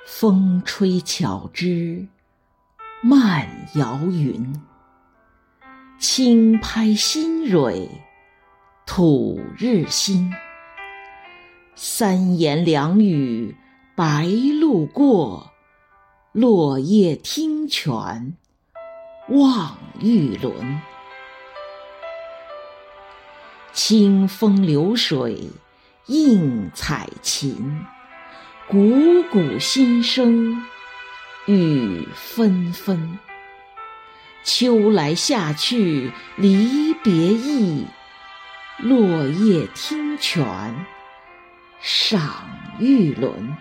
风吹巧枝漫摇云，轻拍新蕊吐日新。三言两语白鹭过，落叶听泉望玉轮。清风流水映彩琴，汩汩心声雨纷纷。秋来夏去离别意，落叶听泉赏玉轮。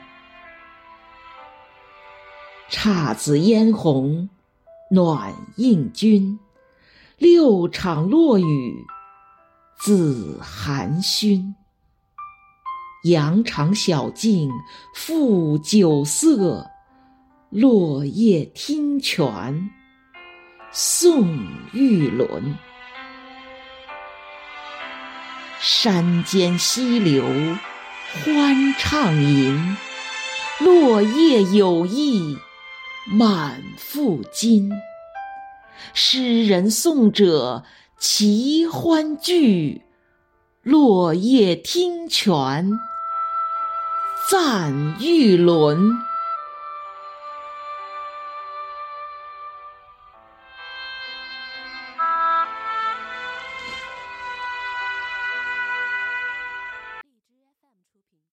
姹紫嫣红暖映君，六场落雨自寒熏。羊肠小径复酒色，落叶听泉送玉轮。山间溪流欢畅吟，落叶有意满腹金。诗人颂者齐欢聚，落叶听泉赞玉轮。